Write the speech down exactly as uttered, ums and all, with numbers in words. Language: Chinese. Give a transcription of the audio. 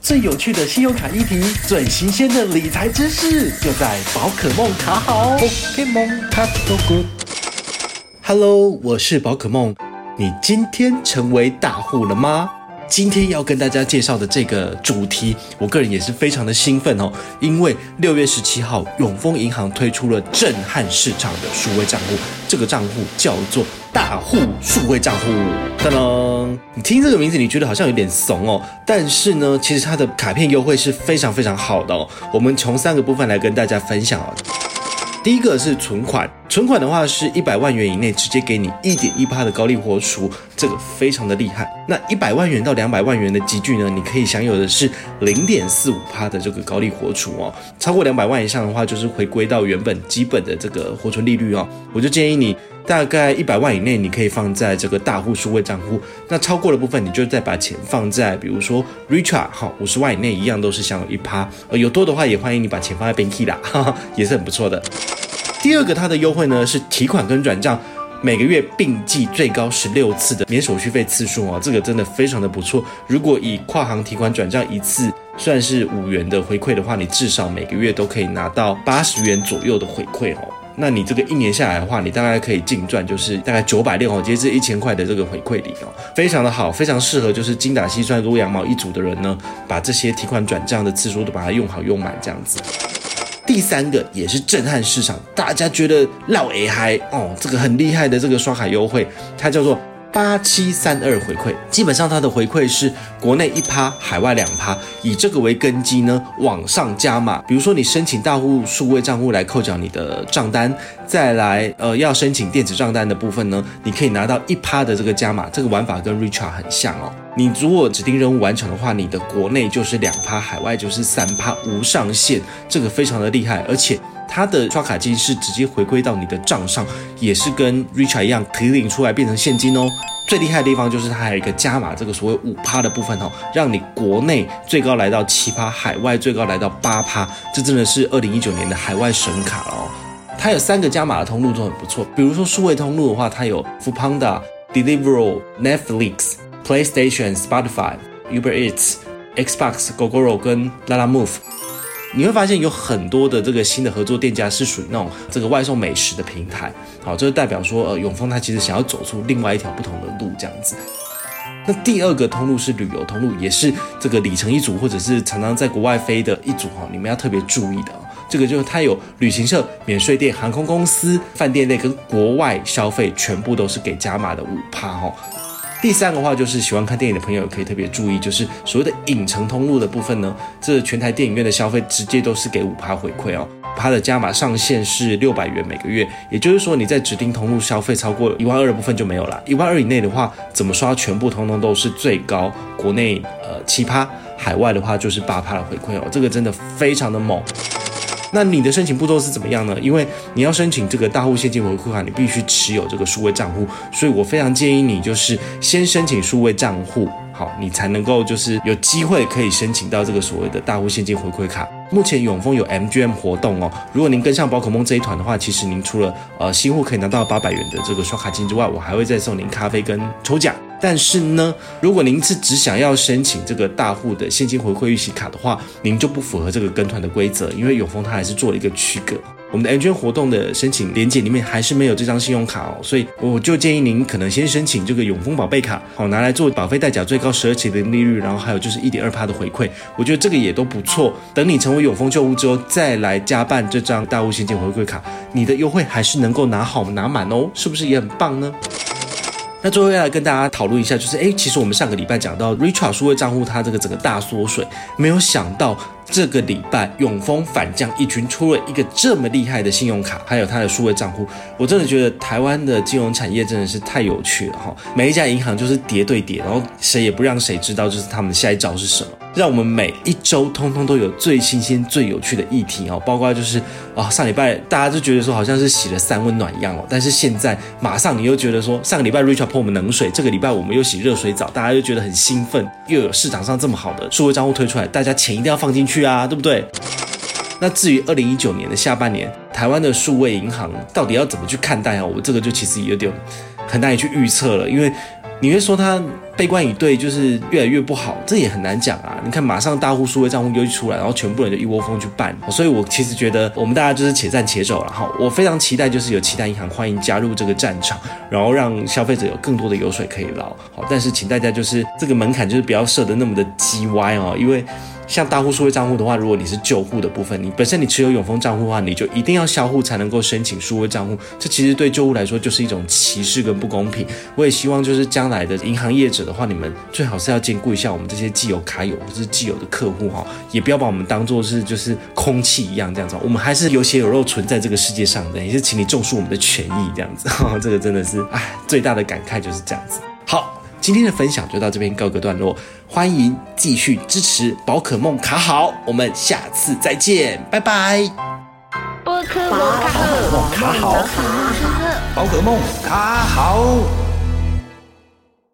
最有趣的信用卡议题，最新鲜的理财知识，就在宝可梦卡好。Pokemon Card So Good。Hello， 我是宝可梦。你今天成为大户了吗？今天要跟大家介绍的这个主题，我个人也是非常的兴奋哦，因为六月十七号，永丰银行推出了震撼市场的数位账户，这个账户叫做大户数位账户。当当，你听这个名字，你觉得好像有点怂哦，但是呢，其实它的卡片优惠是非常非常好的哦。我们从三个部分来跟大家分享哦。第一个是存款，存款的话是一百万元以内直接给你 一点一趴 的高利活储，这个非常的厉害。那一百万元到两百万元的集聚呢，你可以享有的是 零点四五趴 的这个高利活储哦。超过两百万以上的话，就是回归到原本基本的这个活存利率哦。我就建议你大概一百万以内，你可以放在这个大户数位账户。那超过的部分，你就再把钱放在比如说 Richart 哈，五十万以内一样都是享有 百分之一。呃，有多的话也欢迎你把钱放在 Banky 啦，哈哈，也是很不错的。第二个它的优惠呢是提款跟转账每个月并计最高十六次的免手续费次数哦，这个真的非常的不错。如果以跨行提款转账一次算是五元的回馈的话，你至少每个月都可以拿到八十元左右的回馈哦。那你这个一年下来的话，你大概可以净赚就是大概九百六哦，接至一千块的这个回馈率哦，非常的好，非常适合就是精打细算、如羊毛一族的人呢，把这些提款转账的次数都把它用好用满这样子。第三个也是震撼市场，大家觉得绕 A 嗨哦，这个很厉害的这个刷卡优惠，它叫做八七三二回馈。基本上它的回馈是国内 百分之一， 海外 百分之二， 以这个为根基呢往上加码。比如说你申请大户数位账户来扣缴你的账单，再来呃要申请电子账单的部分呢，你可以拿到 百分之一 的这个加码。这个玩法跟 Richart 很像哦。你如果指定任务完成的话，你的国内就是 百分之二， 海外就是 百分之三， 无上限，这个非常的厉害。而且它的刷卡金是直接回归到你的账上，也是跟 Richart 一样提领出来变成现金哦。最厉害的地方就是它还有一个加码这个所谓 百分之五 的部分哦，让你国内最高来到 百分之七， 海外最高来到 百分之八， 这真的是二零一九年的海外神卡了哦。它有三个加码的通路都很不错，比如说数位通路的话，它有 Foodpanda、Deliveroo、Netflix、PlayStation、Spotify、Uber Eats、Xbox、Gogoro 跟 Lalamove。你会发现有很多的这个新的合作店家是属于那种这个外送美食的平台，好，这就代表说呃永丰它其实想要走出另外一条不同的路这样子。那第二个通路是旅游通路，也是这个里程一族或者是常常在国外飞的一族哈，你们要特别注意的哦。这个就是它有旅行社、免税店、航空公司、饭店类跟国外消费全部都是给加码的 百分之五哦。第三个话就是喜欢看电影的朋友可以特别注意，就是所谓的影城通路的部分呢，这全台电影院的消费直接都是给 百分之五 回馈哦。它的加码上限是六百元每个月，也就是说你在指定通路消费超过一万二的部分就没有了，一万二以内的话怎么刷全部通通都是最高，国内呃 百分之七， 海外的话就是 百分之八 的回馈哦，这个真的非常的猛。那你的申请步骤是怎么样呢？因为你要申请这个大户现金回馈卡，你必须持有这个数位账户，所以我非常建议你就是先申请数位账户，好，你才能够就是有机会可以申请到这个所谓的大户现金回馈卡。目前永丰有 M G M 活动哦，如果您跟上宝可梦这一团的话，其实您除了呃新户可以拿到八百元的这个刷卡金之外，我还会再送您咖啡跟抽奖。但是呢，如果您是只想要申请这个大户的现金回馈预习卡的话，您就不符合这个跟团的规则，因为永丰它还是做了一个区隔。我们的 M G M 活动的申请连结里面还是没有这张信用卡哦，所以我就建议您可能先申请这个永丰宝贝卡，好拿来做保费代缴最高十二期的利率，然后还有就是 一点二趴 的回馈，我觉得这个也都不错。等你成为永丰旧户之后，再来加办这张大户现金回馈卡，你的优惠还是能够拿好拿满哦，是不是也很棒呢？那最后要来跟大家讨论一下，就是哎，其实我们上个礼拜讲到 Richart 数位账户它这个整个大缩水，没有想到这个礼拜永丰反将一军，出了一个这么厉害的信用卡，还有它的数位账户。我真的觉得台湾的金融产业真的是太有趣了哈！每一家银行就是叠对叠，然后谁也不让谁知道就是他们的下一招是什么，让我们每一周通通都有最新鲜最有趣的议题哦，包括就是啊上礼拜大家就觉得说好像是洗了三温暖一样哦，但是现在马上你又觉得说上个礼拜 Richart 泼我们冷水，这个礼拜我们又洗热水澡，大家又觉得很兴奋，又有市场上这么好的数位账户推出来，大家钱一定要放进去啊，对不对？那至于二零一九年的下半年，台湾的数位银行到底要怎么去看待啊？我这个就其实有点很难以去预测了，因为你会说他悲观以对，就是越来越不好，这也很难讲啊。你看，马上大户数位账户又一出来，然后全部人就一窝蜂去办，所以我其实觉得我们大家就是且战且走了哈。我非常期待，就是有其他银行欢迎加入这个战场，然后让消费者有更多的油水可以捞。好，但是请大家就是这个门槛就是不要设得那么的鸡歪哦，因为像大户数位账户的话，如果你是旧户的部分，你本身你持有永丰账户的话，你就一定要销户才能够申请数位账户，这其实对旧户来说就是一种歧视跟不公平。我也希望就是将来的银行业者的话，你们最好是要兼顾一下我们这些既有卡友或是既有的客户哈，也不要把我们当作是就是空气一样这样子，我们还是有血有肉存在这个世界上的，也是请你重视我们的权益这样子。这个真的是哎最大的感慨就是这样子。好，今天的分享就到这边告个段落，欢迎继续支持宝可梦卡好，我们下次再见，拜拜。 宝可梦卡好， 宝可梦卡好。